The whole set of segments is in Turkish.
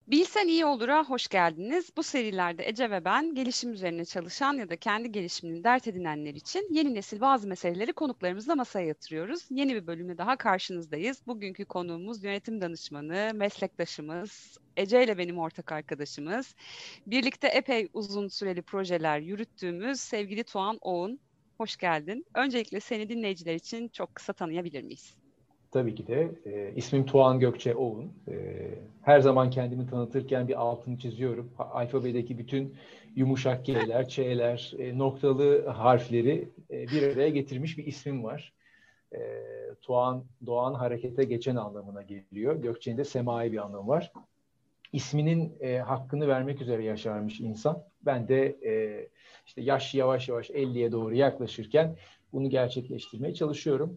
Bilsen iyi olur'a hoş geldiniz. Bu serilerde Ece ve ben gelişim üzerine çalışan ya da kendi gelişimini dert edinenler için yeni nesil bazı meseleleri konuklarımızla masaya yatırıyoruz. Yeni bir bölümle daha karşınızdayız. Bugünkü konuğumuz yönetim danışmanı, meslektaşımız, Ece ile benim ortak arkadaşımız. Birlikte epey uzun süreli projeler yürüttüğümüz sevgili Tuğan Oğun. Hoş geldin. Öncelikle seni dinleyiciler için çok kısa tanıyabilir miyiz? Tabii ki de. İsmim Tuğan Gökçe Oğun. Her zaman kendimi tanıtırken bir altını çiziyorum. Alfabedeki bütün yumuşak G'ler, Ç'ler, noktalı harfleri bir araya getirmiş bir ismim var. Tuğan, doğan, harekete geçen anlamına geliyor. Gökçe'nin de semai bir anlamı var. İsminin hakkını vermek üzere yaşarmış insan. Ben de işte yaş yavaş yavaş 50'ye doğru yaklaşırken bunu gerçekleştirmeye çalışıyorum.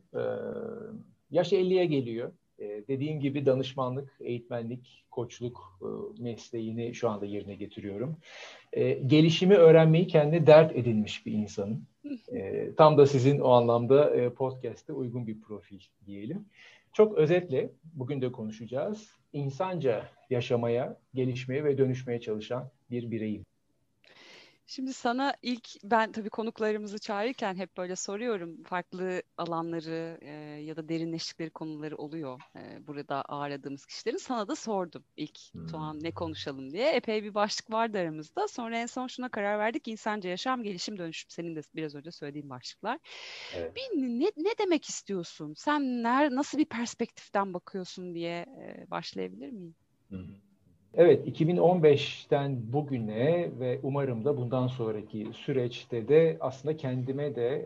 Yaş 50'ye geliyor. Dediğim gibi danışmanlık, eğitmenlik, koçluk mesleğini şu anda yerine getiriyorum. Gelişimi öğrenmeyi kendine dert edinmiş bir insanım. Tam da sizin o anlamda podcast'te uygun bir profil diyelim. Çok özetle bugün de konuşacağız. İnsanca yaşamaya, gelişmeye ve dönüşmeye çalışan bir bireyim. Şimdi sana ilk ben tabii konuklarımızı çağırırken hep böyle soruyorum. Farklı alanları ya da derinleştikleri konuları oluyor burada ağırladığımız kişilerin. Sana da sordum ilk Tuğan ne konuşalım diye. Epey bir başlık vardı aramızda. Sonra en son şuna karar verdik. İnsanca yaşam, gelişim, dönüşüm. Senin de biraz önce söylediğin başlıklar. Evet. Ne demek istiyorsun? Sen nasıl bir perspektiften bakıyorsun diye başlayabilir miyim? Hı hı. Evet, 2015'ten bugüne ve umarım da bundan sonraki süreçte de aslında kendime de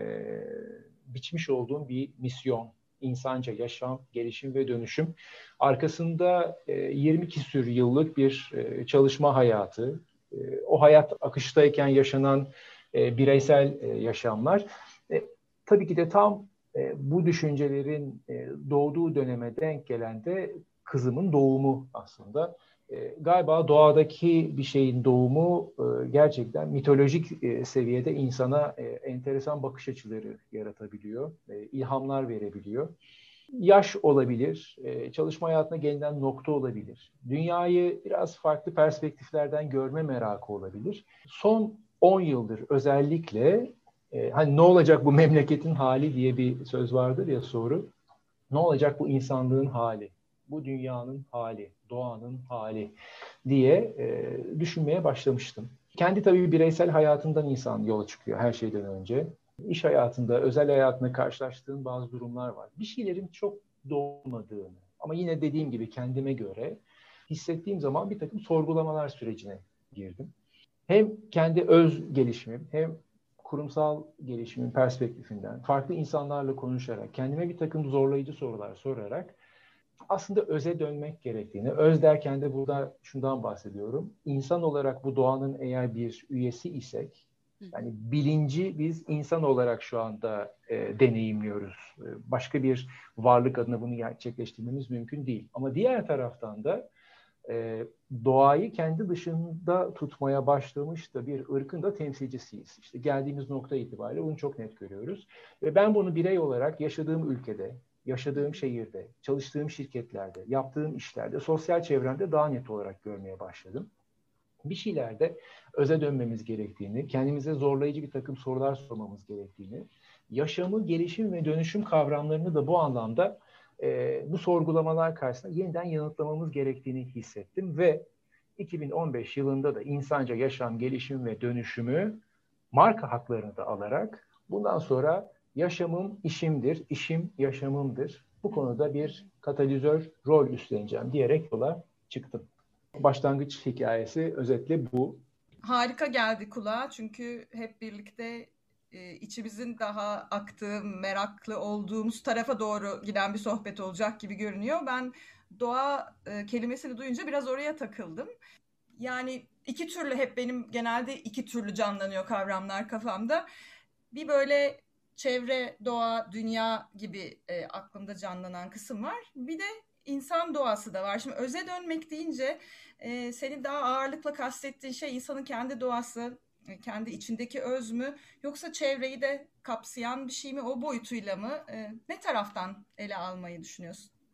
biçmiş olduğum bir misyon, insanca yaşam, gelişim ve dönüşüm. Arkasında 20 küsür yıllık bir çalışma hayatı, o hayat akıştayken yaşanan bireysel yaşamlar. Tabii ki de tam bu düşüncelerin doğduğu döneme denk gelen de kızımın doğumu aslında. Galiba doğadaki bir şeyin doğumu gerçekten mitolojik seviyede insana enteresan bakış açıları yaratabiliyor, ilhamlar verebiliyor. Yaş olabilir, çalışma hayatına gelinen nokta olabilir. Dünyayı biraz farklı perspektiflerden görme merakı olabilir. Son 10 yıldır özellikle hani ne olacak bu memleketin hali diye bir söz vardır ya soru. Ne olacak bu insanlığın hali, bu dünyanın hali, doğanın hali diye düşünmeye başlamıştım. Kendi tabii bireysel hayatından insan yola çıkıyor her şeyden önce. İş hayatında, özel hayatında karşılaştığın bazı durumlar var. Bir şeylerin çok doğmadığını ama yine dediğim gibi kendime göre hissettiğim zaman bir takım sorgulamalar sürecine girdim. Hem kendi öz gelişimim hem kurumsal gelişimin perspektifinden farklı insanlarla konuşarak, kendime bir takım zorlayıcı sorular sorarak aslında öze dönmek gerektiğini, öz derken de burada şundan bahsediyorum. İnsan olarak bu doğanın eğer bir üyesi isek, yani bilinci biz insan olarak şu anda deneyimliyoruz. Başka bir varlık adına bunu gerçekleştirmemiz mümkün değil. Ama diğer taraftan da doğayı kendi dışında tutmaya başlamış da bir ırkın da temsilcisiyiz. İşte geldiğimiz nokta itibariyle bunu çok net görüyoruz. Ve ben bunu birey olarak yaşadığım ülkede, yaşadığım şehirde, çalıştığım şirketlerde, yaptığım işlerde, sosyal çevremde daha net olarak görmeye başladım. Bir şeylerde öze dönmemiz gerektiğini, kendimize zorlayıcı bir takım sorular sormamız gerektiğini, yaşamı, gelişim ve dönüşüm kavramlarını da bu anlamda bu sorgulamalar karşısında yeniden yanıtlamamız gerektiğini hissettim ve 2015 yılında da insanca yaşam, gelişim ve dönüşümü marka haklarını da alarak bundan sonra yaşamım işimdir, işim yaşamımdır. Bu konuda bir katalizör rol üstleneceğim diyerek yola çıktım. Başlangıç hikayesi özetle bu. Harika geldi kulağa çünkü hep birlikte içimizin daha aktığı, meraklı olduğumuz tarafa doğru giden bir sohbet olacak gibi görünüyor. Ben doğa kelimesini duyunca biraz oraya takıldım. Yani iki türlü hep benim genelde iki türlü canlanıyor kavramlar kafamda. Bir böyle çevre, doğa, dünya gibi aklımda canlanan kısım var. Bir de insan doğası da var. Şimdi öze dönmek deyince senin daha ağırlıkla kastettiğin şey insanın kendi doğası, kendi içindeki öz mü? Yoksa çevreyi de kapsayan bir şey mi? O boyutuyla mı? Ne taraftan ele almayı düşünüyorsun?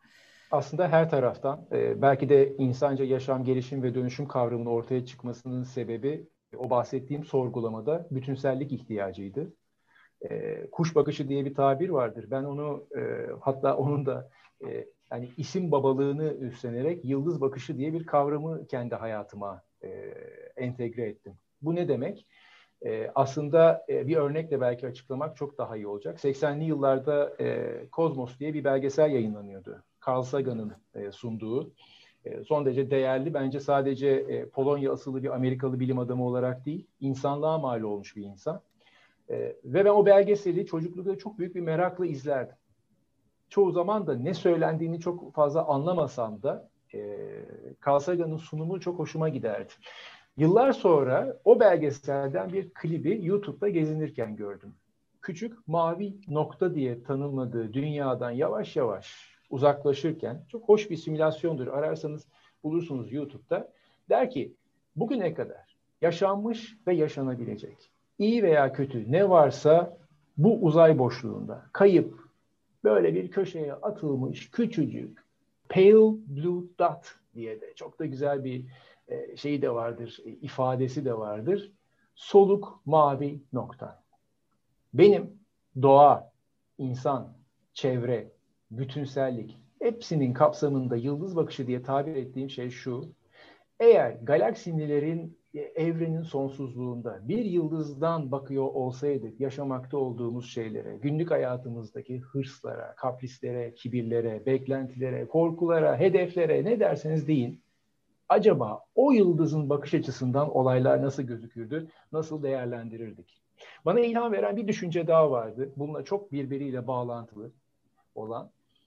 aslında her taraftan belki de insanca yaşam, gelişim ve dönüşüm kavramının ortaya çıkmasının sebebi o bahsettiğim sorgulamada bütünsellik ihtiyacıydı. Kuş bakışı diye bir tabir vardır. Ben onu hatta onun da yani isim babalığını üstlenerek yıldız bakışı diye bir kavramı kendi hayatıma entegre ettim. Bu ne demek? Aslında bir örnekle belki açıklamak çok daha iyi olacak. 80'li yıllarda Kozmos diye bir belgesel yayınlanıyordu. Carl Sagan'ın sunduğu. Son derece değerli. Bence sadece Polonya asıllı bir Amerikalı bilim adamı olarak değil, insanlığa mal olmuş bir insan. Ve ben o belgeseli çocuklukta çok büyük bir merakla izlerdim. Çoğu zaman da ne söylendiğini çok fazla anlamasam da Carl Sagan'ın sunumu çok hoşuma giderdi. Yıllar sonra o belgeselden bir klibi YouTube'da gezinirken gördüm. Küçük mavi nokta diye tanımladığı dünyadan yavaş yavaş uzaklaşırken, çok hoş bir simülasyondur. Ararsanız bulursunuz YouTube'da. Der ki, bugüne kadar yaşanmış ve yaşanabilecek, iyi veya kötü ne varsa bu uzay boşluğunda kayıp, böyle bir köşeye atılmış küçücük pale blue dot diye de çok da güzel bir şeyi de vardır, ifadesi de vardır. Soluk mavi nokta. Benim doğa, insan, çevre, bütünsellik hepsinin kapsamında yıldız bakışı diye tabir ettiğim şey şu. Eğer galaksilerin, evrenin sonsuzluğunda bir yıldızdan bakıyor olsaydık yaşamakta olduğumuz şeylere, günlük hayatımızdaki hırslara, kaprislere, kibirlere, beklentilere, korkulara, hedeflere ne derseniz deyin, acaba o yıldızın bakış açısından olaylar nasıl gözükürdü, nasıl değerlendirirdik? Bana ilham veren bir düşünce daha vardı. Bununla çok birbiriyle bağlantılı olan.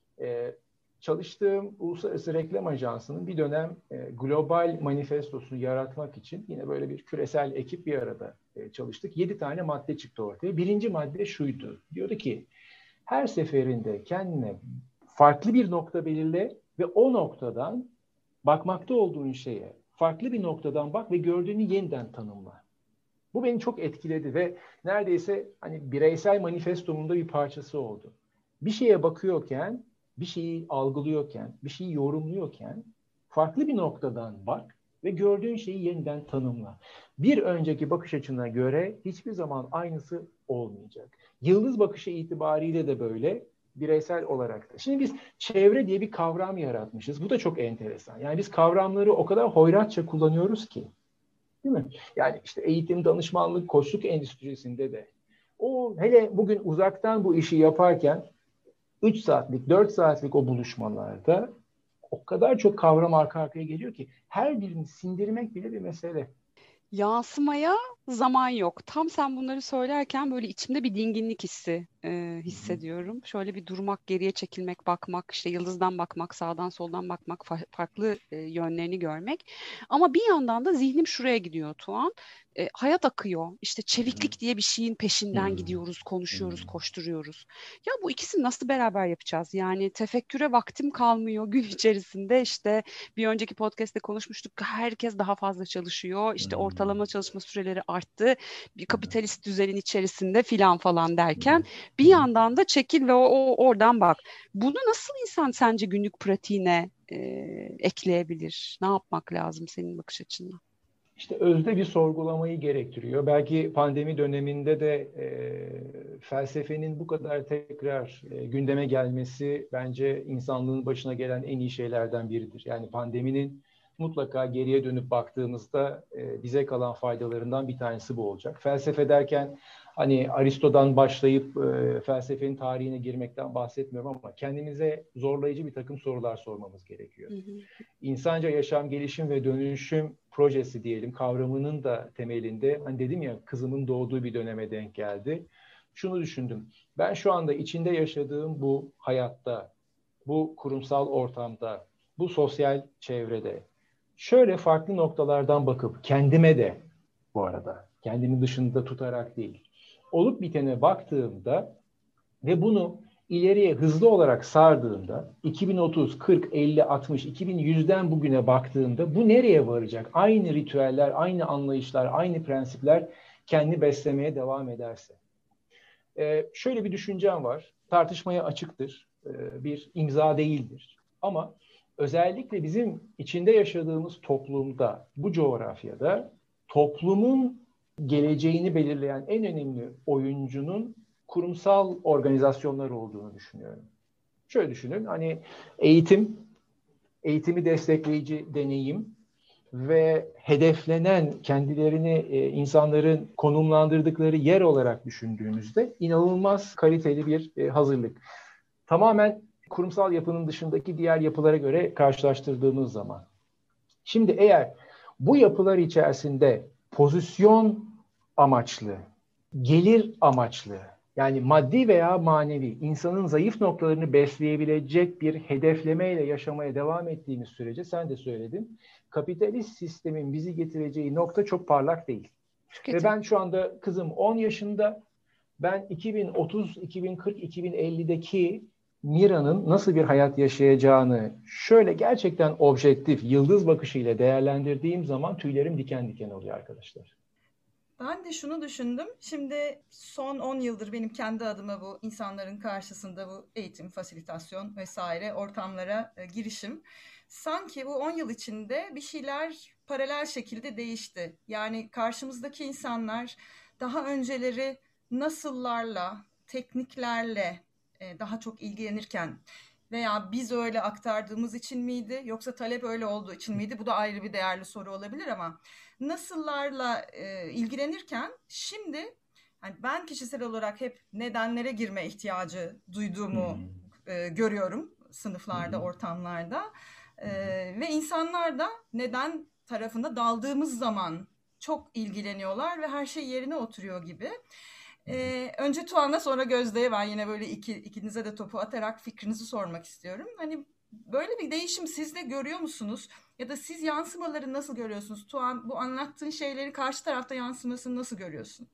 Çalıştığım uluslararası reklam ajansının bir dönem global manifestosunu yaratmak için yine böyle bir küresel ekip bir arada çalıştık. 7 tane madde çıktı ortaya. Birinci madde şuydu. Diyordu ki her seferinde kendine farklı bir nokta belirle ve o noktadan bakmakta olduğun şeye farklı bir noktadan bak ve gördüğünü yeniden tanımla. Bu beni çok etkiledi ve neredeyse hani bireysel manifestomun da bir parçası oldu. Bir şeye bakıyorken, bir şeyi algılıyorken, bir şeyi yorumluyorken farklı bir noktadan bak ve gördüğün şeyi yeniden tanımla. Bir önceki bakış açına göre hiçbir zaman aynısı olmayacak. Yıldız bakışı itibariyle de böyle, bireysel olarak da. Şimdi biz çevre diye bir kavram yaratmışız. Bu da çok enteresan. Yani biz kavramları o kadar hoyratça kullanıyoruz ki. Değil mi? Yani işte eğitim, danışmanlık, koçluk endüstrisinde de. O hele bugün uzaktan bu işi yaparken 3 saatlik, 4 saatlik o buluşmalarda o kadar çok kavram arka arkaya geliyor ki her birini sindirmek bile bir mesele. Yansımaya zaman yok. Tam sen bunları söylerken böyle içimde bir dinginlik hissi hissediyorum. Şöyle bir durmak, geriye çekilmek, bakmak, işte yıldızdan bakmak, sağdan soldan bakmak, farklı yönlerini görmek. Ama bir yandan da zihnim şuraya gidiyor Tuğan. Hayat akıyor. İşte çeviklik diye bir şeyin peşinden gidiyoruz, konuşuyoruz, koşturuyoruz. Ya bu ikisini nasıl beraber yapacağız? Yani tefekküre vaktim kalmıyor gün içerisinde. İşte bir önceki podcast'te konuşmuştuk. Herkes daha fazla çalışıyor. İşte ortalama çalışma süreleri arttı. Bir kapitalist düzenin içerisinde filan falan derken bir yandan da çekil ve oradan bak. Bunu nasıl insan sence günlük pratiğine ekleyebilir? Ne yapmak lazım senin bakış açından? İşte özde bir sorgulamayı gerektiriyor. Belki pandemi döneminde de felsefenin bu kadar tekrar gündeme gelmesi bence insanlığın başına gelen en iyi şeylerden biridir. Yani pandeminin mutlaka geriye dönüp baktığımızda bize kalan faydalarından bir tanesi bu olacak. Felsefe derken hani Aristo'dan başlayıp felsefenin tarihine girmekten bahsetmiyorum ama kendimize zorlayıcı bir takım sorular sormamız gerekiyor. İnsanca yaşam, gelişim ve dönüşüm projesi diyelim kavramının da temelinde hani dedim ya kızımın doğduğu bir döneme denk geldi. Şunu düşündüm. Ben şu anda içinde yaşadığım bu hayatta, bu kurumsal ortamda, bu sosyal çevrede şöyle farklı noktalardan bakıp kendime de bu arada kendimin dışında tutarak değil olup bitene baktığımda ve bunu ileriye hızlı olarak sardığında 2030, 40, 50, 60, 2100'den bugüne baktığında bu nereye varacak? Aynı ritüeller, aynı anlayışlar, aynı prensipler kendini beslemeye devam ederse. Şöyle bir düşüncem var. Tartışmaya açıktır. Bir imza değildir. Ama özellikle bizim içinde yaşadığımız toplumda, bu coğrafyada toplumun geleceğini belirleyen en önemli oyuncunun kurumsal organizasyonlar olduğunu düşünüyorum. Şöyle düşünün, hani eğitimi destekleyici deneyim ve hedeflenen kendilerini insanların konumlandırdıkları yer olarak düşündüğümüzde inanılmaz kaliteli bir hazırlık. Tamamen kurumsal yapının dışındaki diğer yapılara göre karşılaştırdığımız zaman. Şimdi eğer bu yapılar içerisinde pozisyon amaçlı, gelir amaçlı, yani maddi veya manevi insanın zayıf noktalarını besleyebilecek bir hedeflemeyle yaşamaya devam ettiğimiz sürece, sen de söyledin, kapitalist sistemin bizi getireceği nokta çok parlak değil. Ve ben şu anda kızım 10 yaşında, ben 2030, 2040, 2050'deki Mira'nın nasıl bir hayat yaşayacağını şöyle gerçekten objektif, yıldız bakışıyla değerlendirdiğim zaman tüylerim diken diken oluyor arkadaşlar. Ben de şunu düşündüm. Şimdi son 10 yıldır benim kendi adıma bu insanların karşısında bu eğitim, fasilitasyon vesaire ortamlara girişim. Sanki bu 10 yıl içinde bir şeyler paralel şekilde değişti. Yani karşımızdaki insanlar daha önceleri nasıllarla, tekniklerle daha çok ilgilenirken veya biz öyle aktardığımız için miydi yoksa talep öyle olduğu için miydi? Bu da ayrı bir değerli soru olabilir ama nasıllarla ilgilenirken şimdi yani ben kişisel olarak hep nedenlere girme ihtiyacı duyduğumu görüyorum sınıflarda, ortamlarda. Ve insanlar da neden tarafında daldığımız zaman çok ilgileniyorlar ve her şey yerine oturuyor gibi. Önce Tuğan'a sonra Gözde'ye, ben yine böyle ikinize de topu atarak fikrinizi sormak istiyorum. Hani böyle bir değişim siz de görüyor musunuz? Ya da siz yansımaları nasıl görüyorsunuz? Tuğan, bu anlattığın şeyleri karşı tarafta yansımasını nasıl görüyorsun?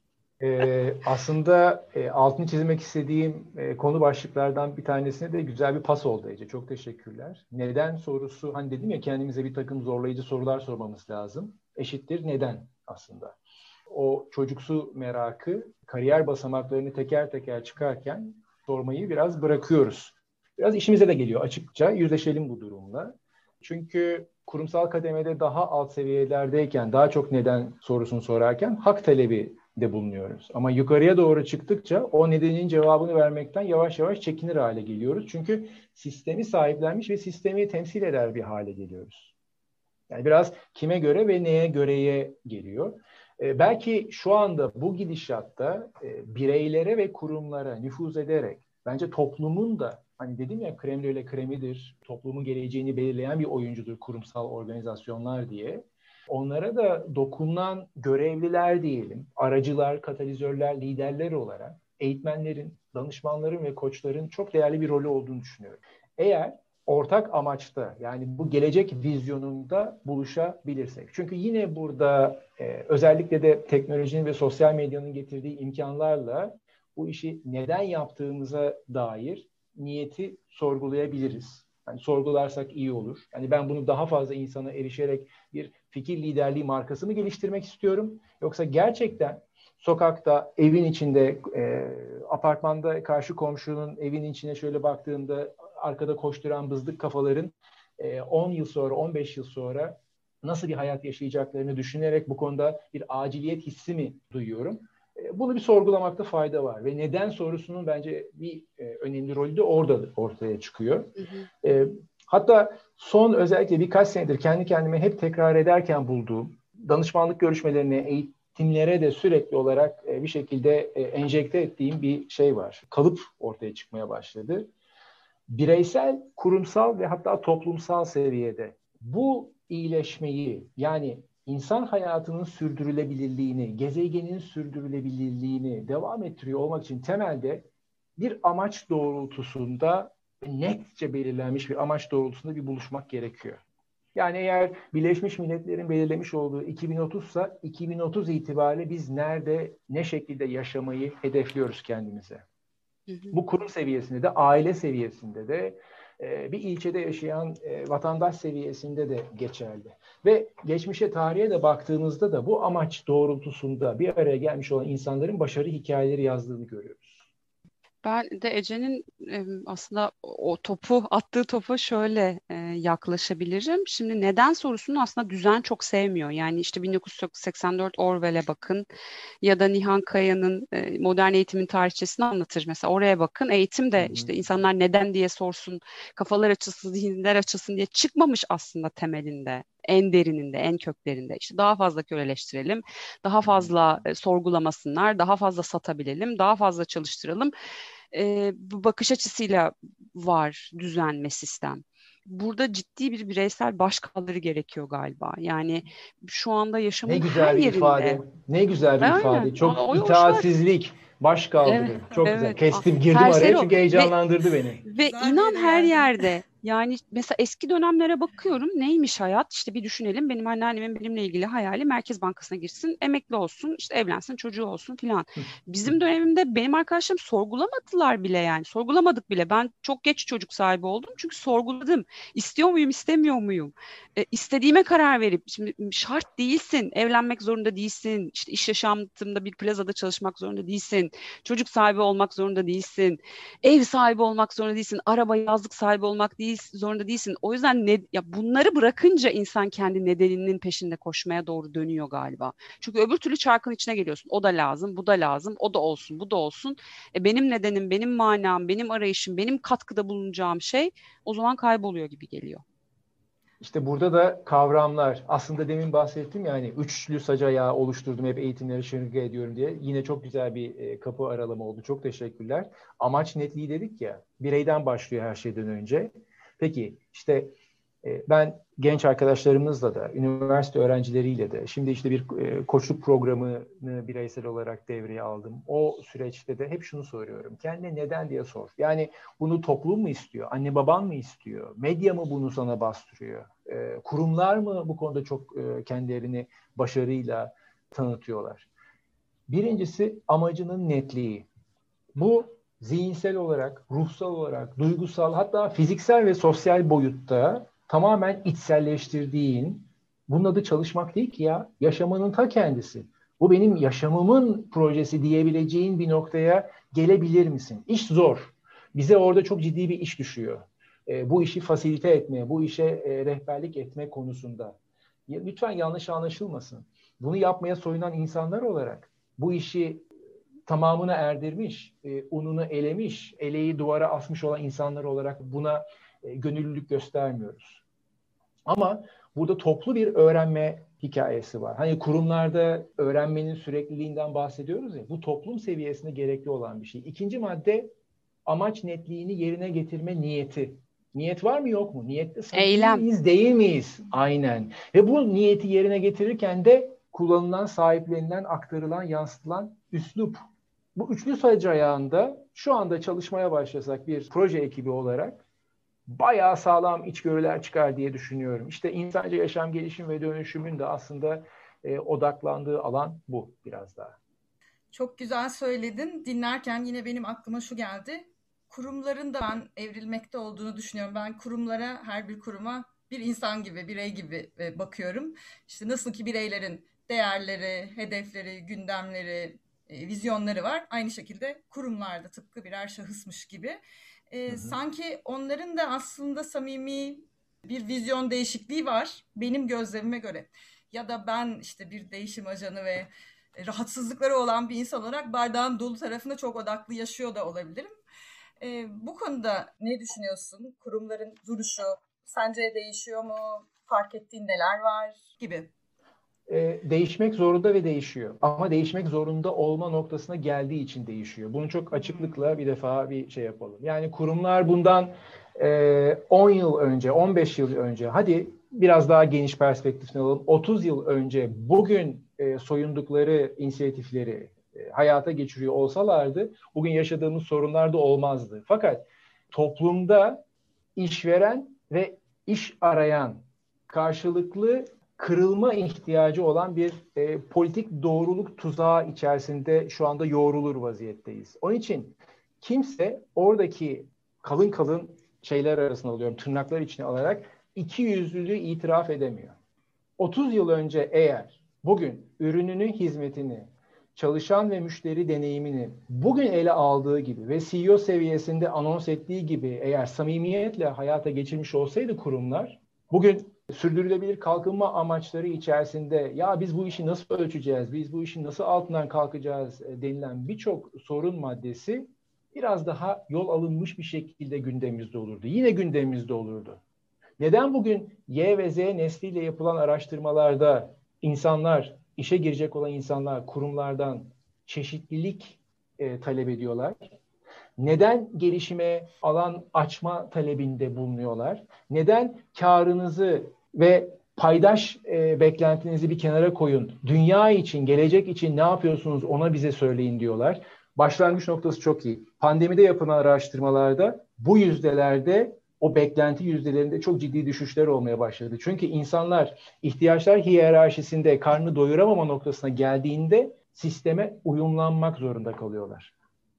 Aslında altını çizmek istediğim konu başlıklardan bir tanesine de güzel bir pas oldu Ece. Çok teşekkürler. Neden sorusu, hani dedim ya, kendimize bir takım zorlayıcı sorular sormamız lazım. Eşittir neden aslında. O çocuksu merakı, kariyer basamaklarını teker teker çıkarken sormayı biraz bırakıyoruz. Biraz işimize de geliyor açıkça. Yüzleşelim bu durumla. Çünkü kurumsal kademede daha alt seviyelerdeyken daha çok neden sorusunu sorarken hak talebi de bulunuyoruz. Ama yukarıya doğru çıktıkça o nedenin cevabını vermekten yavaş yavaş çekinir hale geliyoruz. Çünkü sistemi sahiplenmiş ve sistemi temsil eder bir hale geliyoruz. Yani biraz kime göre ve neye göreye geliyor. Belki şu anda bu gidişatta bireylere ve kurumlara nüfuz ederek bence toplumun da, hani dedim ya, kremlöyle kremidir, toplumun geleceğini belirleyen bir oyuncudur kurumsal organizasyonlar diye. Onlara da dokunan görevliler diyelim, aracılar, katalizörler, liderler olarak eğitmenlerin, danışmanların ve koçların çok değerli bir rolü olduğunu düşünüyorum. Eğer ortak amaçta, yani bu gelecek vizyonunda buluşabilirsek. Çünkü yine burada özellikle de teknolojinin ve sosyal medyanın getirdiği imkanlarla bu işi neden yaptığımıza dair niyeti sorgulayabiliriz. Yani sorgularsak iyi olur. Yani ben bunu daha fazla insana erişerek bir fikir liderliği markası mı geliştirmek istiyorum? Yoksa gerçekten sokakta, evin içinde, apartmanda karşı komşunun evin içine şöyle baktığında arkada koşturan bızdık kafaların 10 yıl sonra, 15 yıl sonra nasıl bir hayat yaşayacaklarını düşünerek bu konuda bir aciliyet hissi mi duyuyorum? Bunu bir sorgulamakta fayda var ve neden sorusunun bence bir önemli rolü de orada ortaya çıkıyor. Hatta son özellikle birkaç senedir kendi kendime hep tekrar ederken bulduğum danışmanlık görüşmelerine, eğitimlere de sürekli olarak bir şekilde enjekte ettiğim bir şey var. Kalıp ortaya çıkmaya başladı. Bireysel, kurumsal ve hatta toplumsal seviyede bu iyileşmeyi, yani insan hayatının sürdürülebilirliğini, gezegenin sürdürülebilirliğini devam ettiriyor olmak için temelde bir amaç doğrultusunda, netçe belirlenmiş bir amaç doğrultusunda bir buluşmak gerekiyor. Yani eğer Birleşmiş Milletler'in belirlemiş olduğu 2030 ise 2030 itibariyle biz nerede, ne şekilde yaşamayı hedefliyoruz kendimize? Bu kurum seviyesinde de, aile seviyesinde de, bir ilçede yaşayan vatandaş seviyesinde de geçerli. Ve geçmişe, tarihe de baktığımızda da bu amaç doğrultusunda bir araya gelmiş olan insanların başarı hikayeleri yazdığını görüyoruz. Ben de Ece'nin aslında attığı topa şöyle yaklaşabilirim. Şimdi neden sorusunu aslında Düzen çok sevmiyor. Yani işte 1984 Orwell'e bakın ya da Nihan Kaya'nın Modern Eğitimin Tarihçesini anlatır. Mesela oraya bakın. Eğitim Hı de hı. işte insanlar neden diye sorsun, kafalar açılsın, zihinler açılsın diye çıkmamış aslında temelinde. En derininde, en köklerinde. İşte daha fazla köleleştirelim, daha Hı hı. fazla sorgulamasınlar, daha fazla satabilelim, daha fazla çalıştıralım. Bu bakış açısıyla var düzen ve sistem. Burada ciddi bir bireysel başkaldırı gerekiyor galiba. Yani şu anda Ne yaşamın her güzel bir yerinde. ifade. Ne güzel bir ifade. Aynen. Çok O şart. itaatsizlik, Evet, başkaldırı. Çok güzel. evet. Kestim, girdim araya Serseri ol. çünkü Ve heyecanlandırdı beni. ve Güzel bir inan yere her geldin. yerde yani mesela eski dönemlere bakıyorum neymiş hayat işte bir düşünelim benim anneannemin benimle ilgili hayali Merkez Bankası'na girsin emekli olsun işte evlensin çocuğu olsun filan. Bizim dönemimde benim arkadaşlarım sorgulamadılar bile yani sorgulamadık bile ben çok geç çocuk sahibi oldum çünkü sorguladım istiyor muyum istemiyor muyum istediğime karar verip şimdi şart değilsin evlenmek zorunda değilsin işte iş yaşantımda bir plazada çalışmak zorunda değilsin çocuk sahibi olmak zorunda değilsin. Ev sahibi olmak zorunda değilsin. Araba, yazlık sahibi olmak zorunda değilsin. O yüzden ya bunları bırakınca insan kendi nedeninin peşinde koşmaya doğru dönüyor galiba. Çünkü öbür türlü çarkın içine geliyorsun. O da lazım, bu da lazım, o da olsun, bu da olsun. Benim nedenim, benim manam, benim arayışım, benim katkıda bulunacağım şey o zaman kayboluyor gibi geliyor. İşte burada da kavramlar, aslında demin bahsettim ya hani üçlü sac ayağı oluşturdum hep eğitimleri şırınga ediyorum diye. Yine çok güzel bir kapı aralama oldu. Çok teşekkürler. Amaç netliği dedik ya, bireyden başlıyor her şeyden önce. Peki işte ben genç arkadaşlarımızla da, üniversite öğrencileriyle de, şimdi işte bir koçluk programını bireysel olarak devreye aldım. O süreçte de hep şunu soruyorum. Kendine neden diye sor. Yani bunu toplum mu istiyor? Anne baban mı istiyor? Medya mı bunu sana bastırıyor? Kurumlar mı bu konuda çok kendilerini başarıyla tanıtıyorlar? Birincisi amacının netliği. Bu zihinsel olarak, ruhsal olarak, duygusal hatta fiziksel ve sosyal boyutta tamamen içselleştirdiğin, bunun adı çalışmak değil ki ya, yaşamanın ta kendisi. Bu benim yaşamımın projesi diyebileceğin bir noktaya gelebilir misin? İş zor. Bize orada çok ciddi bir iş düşüyor. Bu işi fasilite etmeye, bu işe rehberlik etme konusunda. Lütfen yanlış anlaşılmasın. Bunu yapmaya soyunan insanlar olarak bu işi tamamını erdirmiş, ununu elemiş, eleği duvara asmış olan insanlar olarak buna gönüllülük göstermiyoruz. Ama burada toplu bir öğrenme hikayesi var. Hani kurumlarda öğrenmenin sürekliliğinden bahsediyoruz ya, bu toplum seviyesinde gerekli olan bir şey. İkinci madde amaç netliğini yerine getirme niyeti. Niyet var mı yok mu? Niyette samimi Eylem. miyiz değil miyiz? Aynen. Ve bu niyeti yerine getirirken de kullanılan, sahiplenilen, aktarılan, yansıtılan üslup. Bu üçlü sayıcı ayağında şu anda çalışmaya başlasak bir proje ekibi olarak bayağı sağlam içgörüler çıkar diye düşünüyorum. İşte insanca yaşam gelişim ve dönüşümün de aslında odaklandığı alan bu biraz daha. Çok güzel söyledin. Dinlerken yine benim aklıma şu geldi. Kurumların da ben evrilmekte olduğunu düşünüyorum. Ben kurumlara, her bir kuruma bir insan gibi, birey gibi bakıyorum. İşte nasıl ki bireylerin değerleri, hedefleri, gündemleri, vizyonları var. Aynı şekilde kurumlarda tıpkı birer şahısmış gibi. Sanki onların da aslında samimi bir vizyon değişikliği var benim gözlemime göre. Ya da ben işte bir değişim ajanı ve rahatsızlıkları olan bir insan olarak bardağın dolu tarafında çok odaklı yaşıyor da olabilirim. Bu konuda ne düşünüyorsun? Kurumların duruşu sence değişiyor mu? Fark ettiğin neler var gibi. Değişmek zorunda ve değişiyor. Ama değişmek zorunda olma noktasına geldiği için değişiyor. Bunu çok açıklıkla bir defa bir şey yapalım. Yani kurumlar bundan 10 yıl önce, 15 yıl önce, hadi biraz daha geniş perspektiften alalım. 30 yıl önce bugün soyundukları inisiyatifleri hayata geçiriyor olsalardı bugün yaşadığımız sorunlar da olmazdı. Fakat toplumda işveren ve iş arayan karşılıklı kırılma ihtiyacı olan bir politik doğruluk tuzağı içerisinde şu anda yoğrulur vaziyetteyiz. Onun için kimse oradaki kalın kalın şeyler arasında alıyorum, tırnaklar içine alarak ikiyüzlülüğü itiraf edemiyor. 30 yıl önce eğer bugün ürününü, hizmetini çalışan ve müşteri deneyimini bugün ele aldığı gibi ve CEO seviyesinde anons ettiği gibi eğer samimiyetle hayata geçirmiş olsaydı kurumlar, bugün sürdürülebilir kalkınma amaçları içerisinde ya biz bu işi nasıl ölçeceğiz, biz bu işin nasıl altından kalkacağız denilen birçok sorun maddesi biraz daha yol alınmış bir şekilde gündemimizde olurdu. Yine gündemimizde olurdu. Neden bugün Y ve Z nesliyle yapılan araştırmalarda insanlar, işe girecek olan insanlar kurumlardan çeşitlilik talep ediyorlar? Neden gelişime alan açma talebinde bulunuyorlar? Neden karınızı ve paydaş beklentinizi bir kenara koyun, dünya için, gelecek için ne yapıyorsunuz ona bize söyleyin diyorlar. Başlangıç noktası çok iyi. Pandemide yapılan araştırmalarda bu yüzdelerde, o beklenti yüzdelerinde çok ciddi düşüşler olmaya başladı. Çünkü insanlar ihtiyaçlar hiyerarşisinde karnını doyuramama noktasına geldiğinde sisteme uyumlanmak zorunda kalıyorlar.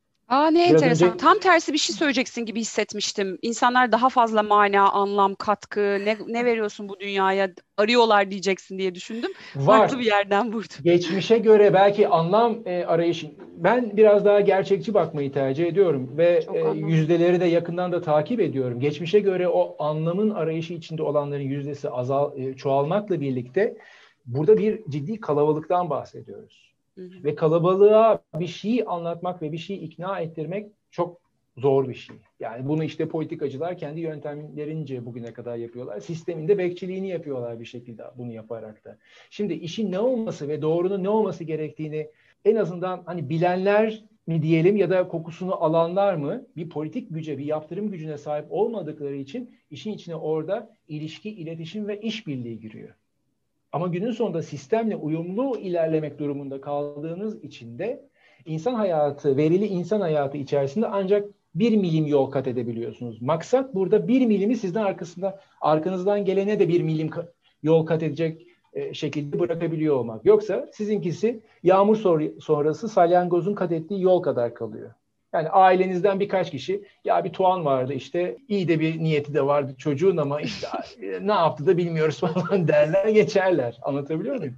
Ne Biraz enteresan. önce Tam tersi bir şey söyleyeceksin gibi hissetmiştim. İnsanlar daha fazla mana, anlam, katkı, ne veriyorsun bu dünyaya arıyorlar diyeceksin diye düşündüm. var. Farklı bir yerden vurdum. Geçmişe göre belki anlam arayışı. Ben biraz daha gerçekçi bakmayı tercih ediyorum ve Çok anlamlı. yüzdeleri de yakından da takip ediyorum. Geçmişe göre o anlamın arayışı içinde olanların yüzdesi çoğalmakla birlikte burada bir ciddi kalabalıktan bahsediyoruz. Ve kalabalığa bir şeyi anlatmak ve bir şeyi ikna ettirmek çok zor bir şey. Yani bunu işte politikacılar kendi yöntemlerince bugüne kadar yapıyorlar. Sistemin de bekçiliğini yapıyorlar bir şekilde bunu yaparak da. Şimdi işin ne olması ve doğrunun ne olması gerektiğini en azından hani bilenler mi diyelim ya da kokusunu alanlar mı bir politik güce, bir yaptırım gücüne sahip olmadıkları için işin içine orada ilişki, iletişim ve işbirliği giriyor. Ama günün sonunda sistemle uyumlu ilerlemek durumunda kaldığınız için de insan hayatı, verili insan hayatı içerisinde ancak 1 milim yol kat edebiliyorsunuz. Maksat burada 1 milimi sizden arkanızdan gelene de 1 milim yol kat edecek şekilde bırakabiliyor olmak. Yoksa sizinkisi yağmur sonrası salyangozun kat ettiği yol kadar kalıyor. Yani ailenizden birkaç kişi ya bir Tuğan vardı işte iyi de bir niyeti de vardı çocuğun ama işte ne yaptı da bilmiyoruz falan derler geçerler. Anlatabiliyor muyum?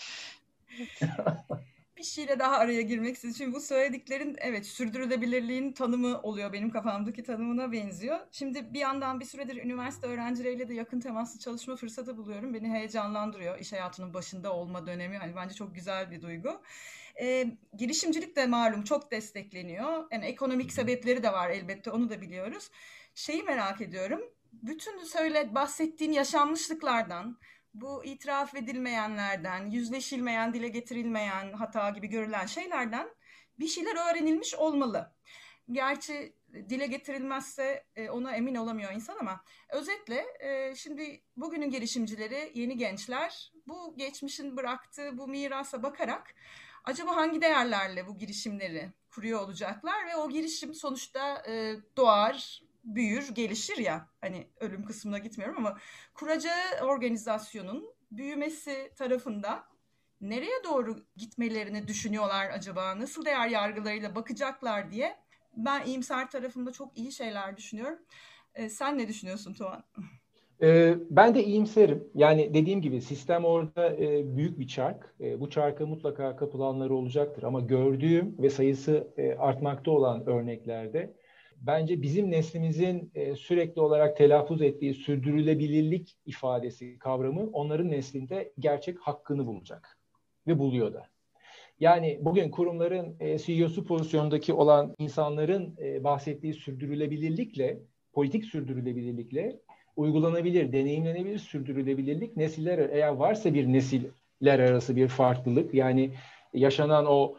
Bir şeyle daha araya girmek istedim. Çünkü bu söylediklerin evet sürdürülebilirliğin tanımı oluyor. Benim kafamdaki tanımına benziyor. Şimdi bir yandan bir süredir üniversite öğrencileriyle de yakın temaslı çalışma fırsatı buluyorum. Beni heyecanlandırıyor. İş hayatının başında olma dönemi. Hani bence çok güzel bir duygu. Girişimcilik de malum çok destekleniyor. Yani ekonomik sebepleri de var elbette onu da biliyoruz. Şeyi merak ediyorum. Bütün bahsettiğin yaşanmışlıklardan, bu itiraf edilmeyenlerden, yüzleşilmeyen, dile getirilmeyen hata gibi görülen şeylerden bir şeyler öğrenilmiş olmalı. Gerçi dile getirilmezse ona emin olamıyor insan ama özetle şimdi bugünün girişimcileri, yeni gençler bu geçmişin bıraktığı bu mirasa bakarak acaba hangi değerlerle bu girişimleri kuruyor olacaklar ve o girişim sonuçta doğar, büyür, gelişir ya. Hani ölüm kısmına gitmiyorum ama kuracağı organizasyonun büyümesi tarafında nereye doğru gitmelerini düşünüyorlar acaba? Nasıl değer yargılarıyla bakacaklar diye ben iyimser tarafında çok iyi şeyler düşünüyorum. Sen ne düşünüyorsun Tuğan? Ben de iyimserim. Yani dediğim gibi sistem orada büyük bir çark. Bu çarka mutlaka kapılanları olacaktır. Ama gördüğüm ve sayısı artmakta olan örneklerde bence bizim neslimizin sürekli olarak telaffuz ettiği sürdürülebilirlik ifadesi, kavramı onların neslinde gerçek hakkını bulacak. Ve buluyor da. Yani bugün kurumların CEO'su pozisyondaki olan insanların bahsettiği sürdürülebilirlikle, politik sürdürülebilirlikle uygulanabilir, deneyimlenebilir sürdürülebilirlik nesiller eğer varsa bir nesiller arası bir farklılık yani yaşanan o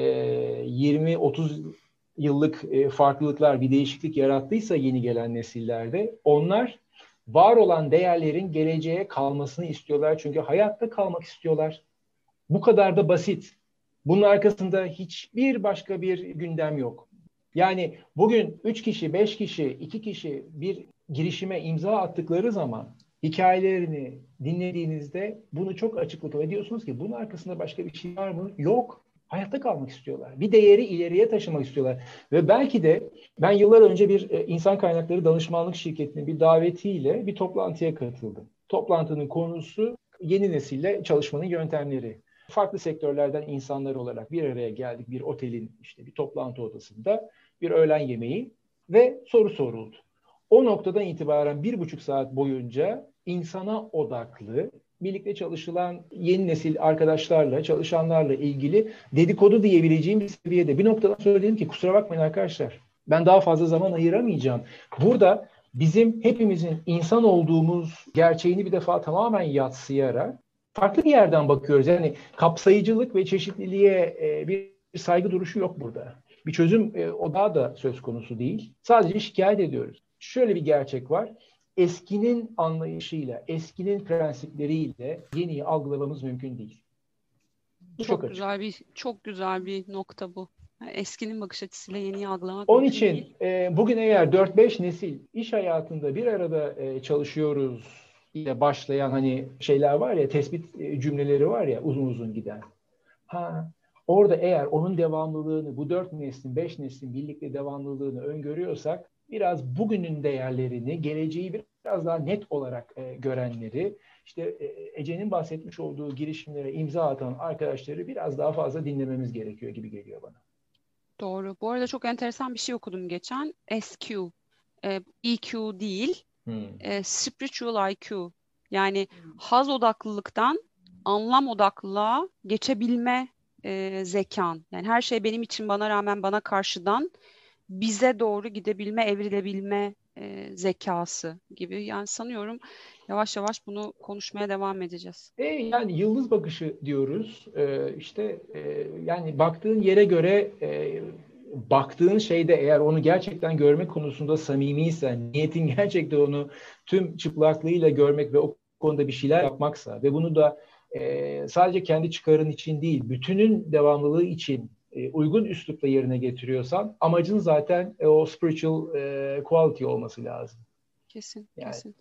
20-30 yıllık farklılıklar bir değişiklik yarattıysa yeni gelen nesillerde onlar var olan değerlerin geleceğe kalmasını istiyorlar çünkü hayatta kalmak istiyorlar. Bu kadar da basit. Bunun arkasında hiçbir başka bir gündem yok. Yani bugün 3 kişi, 5 kişi, 2 kişi bir girişime imza attıkları zaman hikayelerini dinlediğinizde bunu çok açıklıkla ediyorsunuz ki bunun arkasında başka bir şey var mı? Yok. Hayatta kalmak istiyorlar. Bir değeri ileriye taşımak istiyorlar. Ve belki de ben yıllar önce bir insan kaynakları danışmanlık şirketinin bir davetiyle bir toplantıya katıldım. Toplantının konusu yeni nesille çalışmanın yöntemleri. farklı sektörlerden insanlar olarak bir araya geldik bir otelin işte bir toplantı odasında bir öğlen yemeği ve soru soruldu. O noktadan itibaren 1,5 saat boyunca insana odaklı, birlikte çalışılan yeni nesil arkadaşlarla, çalışanlarla ilgili dedikodu diyebileceğim bir seviyede. Bir noktadan sonra dedim ki kusura bakmayın arkadaşlar, ben daha fazla zaman ayıramayacağım. Burada bizim hepimizin insan olduğumuz gerçeğini bir defa tamamen yadsıyarak farklı bir yerden bakıyoruz. Yani kapsayıcılık ve çeşitliliğe bir saygı duruşu yok burada. Bir çözüm odağı da söz konusu değil. Sadece şikayet ediyoruz. Şöyle bir gerçek var. Eskinin anlayışıyla, eskinin prensipleriyle yeniyi algılamamız mümkün değil. Bu çok açık. Çok güzel bir nokta bu. Yani eskinin bakış açısıyla yeniyi algılamak Onun mümkün için değil. Bugün eğer 4-5 nesil iş hayatında bir arada çalışıyoruz ile başlayan hani şeyler var ya, tespit cümleleri var ya uzun uzun giden. Orada eğer onun devamlılığını, bu 4 neslin, 5 neslin birlikte devamlılığını öngörüyorsak biraz bugünün değerlerini, geleceği biraz daha net olarak görenleri, işte Ece'nin bahsetmiş olduğu girişimlere imza atan arkadaşları biraz daha fazla dinlememiz gerekiyor gibi geliyor bana. Doğru. Bu arada çok enteresan bir şey okudum geçen. SQ. EQ değil. Spiritual IQ. Yani haz odaklılıktan anlam odaklılığa geçebilme zekan. Yani her şey benim için, bana rağmen, bana karşıdan bize doğru gidebilme, evrilebilme zekası gibi. Yani sanıyorum yavaş yavaş bunu konuşmaya devam edeceğiz. Yani yıldız bakışı diyoruz. Yani baktığın yere göre baktığın şeyde eğer onu gerçekten görmek konusunda samimiysen, niyetin gerçekten onu tüm çıplaklığıyla görmek ve o konuda bir şeyler yapmaksa ve bunu da sadece kendi çıkarın için değil, bütünün devamlılığı için uygun üslupla yerine getiriyorsan amacın zaten o spiritual quality olması lazım. Kesin. Yani. Kesin.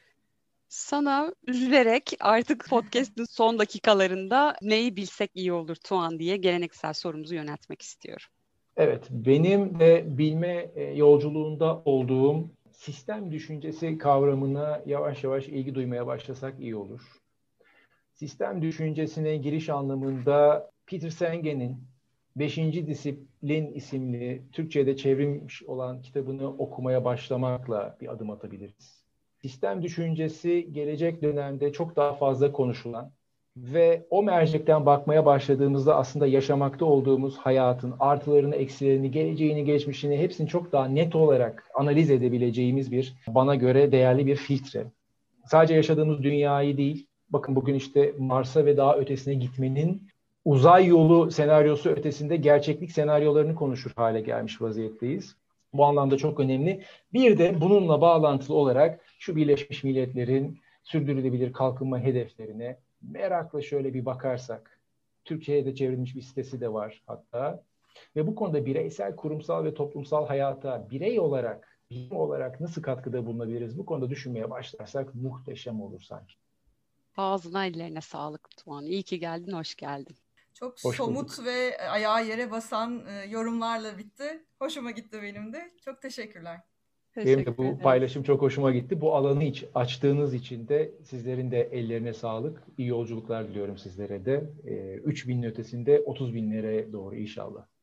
Sana üzülerek artık podcast'ın son dakikalarında neyi bilsek iyi olur Tuğan diye geleneksel sorumuzu yöneltmek istiyorum. Evet, benim de bilme yolculuğunda olduğum sistem düşüncesi kavramına yavaş yavaş ilgi duymaya başlasak iyi olur. Sistem düşüncesine giriş anlamında Peter Sengen'in 5. Disiplin isimli Türkçe'de çevrilmiş olan kitabını okumaya başlamakla bir adım atabiliriz. Sistem düşüncesi gelecek dönemde çok daha fazla konuşulan ve o mercekten bakmaya başladığımızda aslında yaşamakta olduğumuz hayatın artılarını, eksilerini, geleceğini, geçmişini hepsini çok daha net olarak analiz edebileceğimiz bana göre değerli bir filtre. Sadece yaşadığımız dünyayı değil, bakın bugün işte Mars'a ve daha ötesine gitmenin uzay yolu senaryosu ötesinde gerçeklik senaryolarını konuşur hale gelmiş vaziyetteyiz. Bu anlamda çok önemli. Bir de bununla bağlantılı olarak şu Birleşmiş Milletler'in sürdürülebilir kalkınma hedeflerine merakla şöyle bir bakarsak, Türkçe'ye de çevrilmiş bir sitesi de var hatta. Ve bu konuda bireysel, kurumsal ve toplumsal hayata birey olarak, bilim olarak nasıl katkıda bulunabiliriz? Bu konuda düşünmeye başlarsak muhteşem olur sanki. Ağzına, ellerine sağlık Tuğan. İyi ki geldin, hoş geldin. Çok Hoş somut bulduk. ve ayağı yere basan yorumlarla bitti. Hoşuma gitti benim de. Çok teşekkürler. Benim de bu paylaşım çok hoşuma gitti. Bu alanı açtığınız için de sizlerin de ellerine sağlık. İyi yolculuklar diliyorum sizlere de. 3.000'in ötesinde 30.000'lere doğru inşallah.